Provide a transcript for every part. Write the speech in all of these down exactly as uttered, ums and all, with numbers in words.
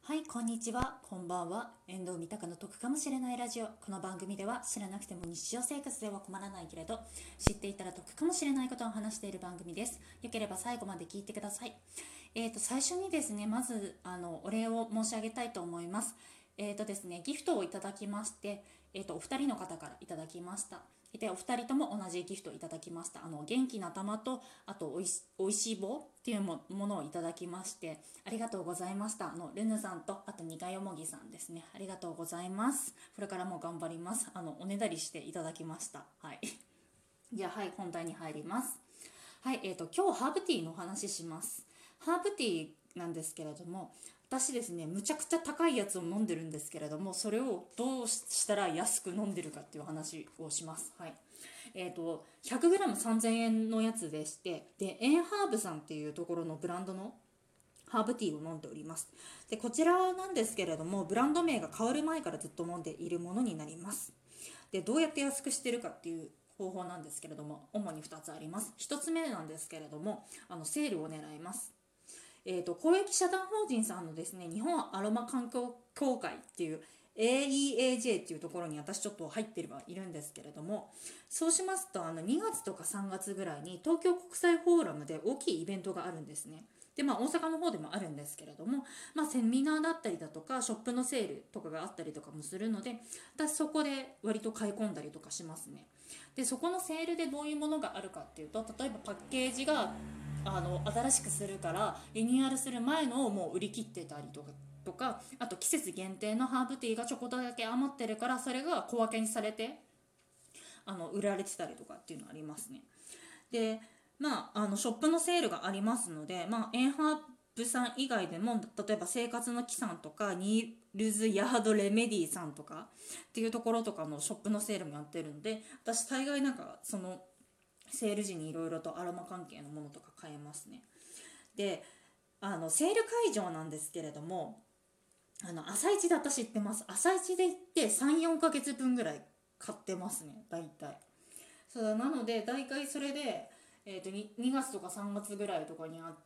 はい、こんにちは、こんばんは。遠藤三鷹の得かもしれないラジオ。この番組では知らなくても日常生活では困らないけれど、知っていたら得かもしれないことを話している番組です。よければ最後まで聞いてください。えーと、最初にですね、まず、あの、お礼を申し上げたいと思います。えーとですね、ギフトをいただきまして、えーと、お二人の方からいただきました。で、お二人とも同じギフトをいただきました。あの、元気な玉と、あとおいし、おいしい棒っていうものをいただきまして、ありがとうございました。あの、ルヌさんと、あとニカヨモギさんですね。ありがとうございます。これからも頑張ります。あの、おねだりしていただきました。はい。じゃあ、はい、本題に入ります。はい、えーと、今日ハーブティーのお話しします。ハーブティーなんですけれども、私ですね、むちゃくちゃ高いやつを飲んでるんですけれども、それをどうしたら安く飲んでるかっていう話をします。はい。えっ、と、ひゃくグラムさんぜんえんのやつでして、で、エンハーブさんっていうところのブランドのハーブティーを飲んでおります。で、こちらなんですけれども、ブランド名が変わる前からずっと飲んでいるものになります。で、どうやって安くしてるかっていう方法なんですけれども、主にふたつあります。ひとつめなんですけれども、あのセールを狙います。えーと、公益社団法人さんのですね、日本アロマ環境協会っていう エーイーエージェー っていうところに私ちょっと入ってればいるんですけれども、そうしますとあのにがつとかさんがつぐらいに東京国際フォーラムで大きいイベントがあるんですね。でまあ、大阪の方でもあるんですけれども、まあ、セミナーだったりだとかショップのセールとかがあったりとかもするので、私そこで割と買い込んだりとかしますね。でそこのセールでどういうものがあるかっていうと、例えばパッケージがあの新しくするからリニューアルする前のをもう売り切ってたりとかとか、あと季節限定のハーブティーがちょこっとだけ余ってるからそれが小分けにされてあの売られてたりとかっていうのありますね。でまああのショップのセールがありますので、まあ、エンハーブさん以外でも例えば生活の木さんとかニールズヤードレメディさんとかっていうところとかのショップのセールもやってるんで、私大概なんかそのセール時にいろいろとアロマ関係のものとか買えますね。であのセール会場なんですけれども、あの朝一で私行ってます。朝一で行ってさん、よんかげつぶんぐらい買ってますね、大体。そうなので大体それで、えー、と 2, にがつとかさんがつぐらいとかにあって、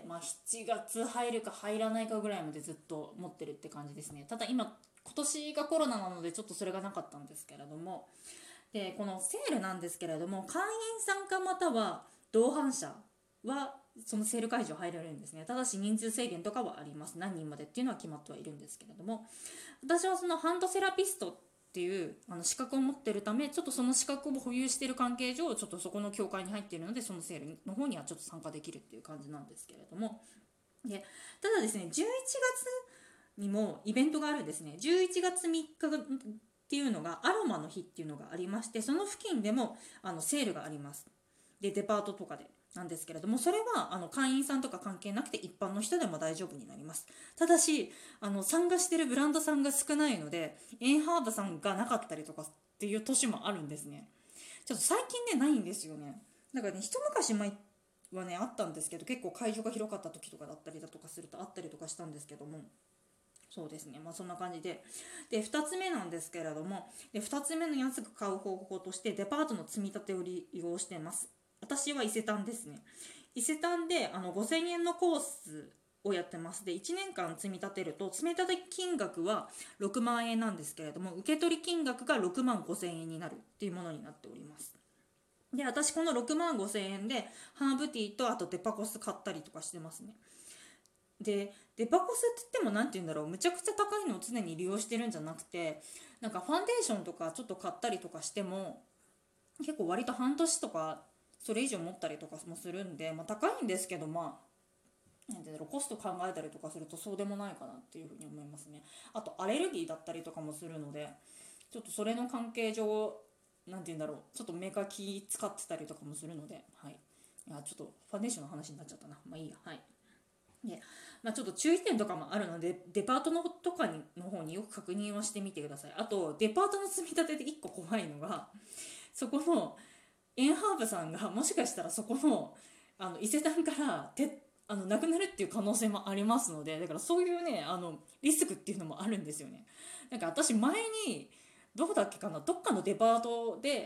まあ、しちがつ入るか入らないかぐらいまでずっと持ってるって感じですね。ただ今今年がコロナなのでちょっとそれがなかったんですけれども、でこのセールなんですけれども、会員参加または同伴者はそのセール会場入られるんですね。ただし人数制限とかはあります。何人までっていうのは決まってはいるんですけれども、私はそのハンドセラピストっていうあの資格を持っているため、ちょっとその資格を保有している関係上ちょっとそこの協会に入っているので、そのセールの方にはちょっと参加できるっていう感じなんですけれども、でただですね、じゅういちがつにもイベントがあるんですね。じゅういちがつみっかっていうのがアロマの日っていうのがありまして、その付近でもあのセールがあります。でデパートとかでなんですけれども、それはあの会員さんとか関係なくて一般の人でも大丈夫になります。ただしあの参加してるブランドさんが少ないので、エンハーブさんがなかったりとかっていう年もあるんですね。ちょっと最近ねないんですよね。だからね、一昔前はねあったんですけど、結構会場が広かった時とかだったりだとかするとあったりとかしたんですけども、そうですね、まあそんな感じで。で、ふたつめなんですけれども、でふたつめの安く買う方法として、デパートの積み立てを利用しています。私は伊勢丹ですね。伊勢丹であのごせんえんのコースをやってます。で、いちねんかん積み立てると、積み立て金額はろくまんえんなんですけれども、受け取り金額がろくまんごせんえんになるっていうものになっております。で、私このろくまんごせんえんで、ハーブティーとあとデパコス買ったりとかしてますね。でデパコスって言っても何て言うんだろう、むちゃくちゃ高いのを常に利用してるんじゃなくて、なんかファンデーションとかちょっと買ったりとかしても結構割と半年とかそれ以上持ったりとかもするんで、まあ、高いんですけど、まあなんて言うんだろう、コスト考えたりとかするとそうでもないかなっていうふうに思いますね。あとアレルギーだったりとかもするので、ちょっとそれの関係上なんて言うんだろう、ちょっとメカ気使ってたりとかもするので、はい、いやちょっとファンデーションの話になっちゃったな、まあいいや。はい。でまあ、ちょっと注意点とかもあるので、デパートのとかにの方によく確認はしてみてください。あとデパートの積み立てでいっこ怖いのが、そこのエンハーブさんがもしかしたらそこのあの伊勢丹からてあのなくなるっていう可能性もありますので、だからそういうねあのリスクっていうのもあるんですよね。なんか私前にどこだっけかな、どっかのデパートで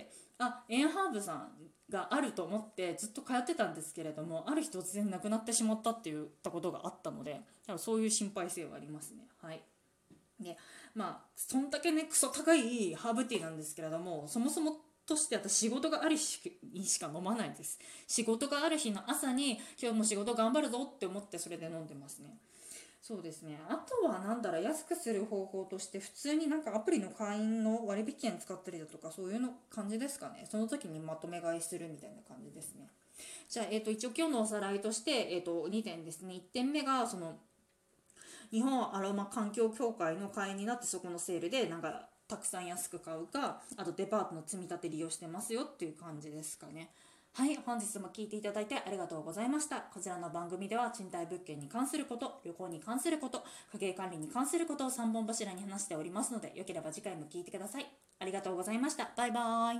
あ、エンハーブさんがあると思ってずっと通ってたんですけれども、ある日突然なくなってしまったって言ったことがあったので、多分そういう心配性はありますね。はい。で、まあそんだけねクソ高いハーブティーなんですけれども、そもそもとして私仕事がある日にしか飲まないです。仕事がある日の朝に今日も仕事頑張るぞって思ってそれで飲んでますね。そうですね。あとはなんだろう、安くする方法として普通になんかアプリの会員の割引券使ったりだとか、そういうの感じですかね。その時にまとめ買いするみたいな感じですね。じゃあ、えー、と一応今日のおさらいとして、えー、とにてんですね。いってんめがその日本アロマ環境協会の会員になって、そこのセールでなんかたくさん安く買うか、あとデパートの積み立て利用してますよっていう感じですかね。はい、本日も聞いていただいてありがとうございました。こちらの番組では賃貸物件に関すること、旅行に関すること、家計管理に関することをさんぼん柱に話しておりますので、よければ次回も聞いてください。ありがとうございました。バイバーイ。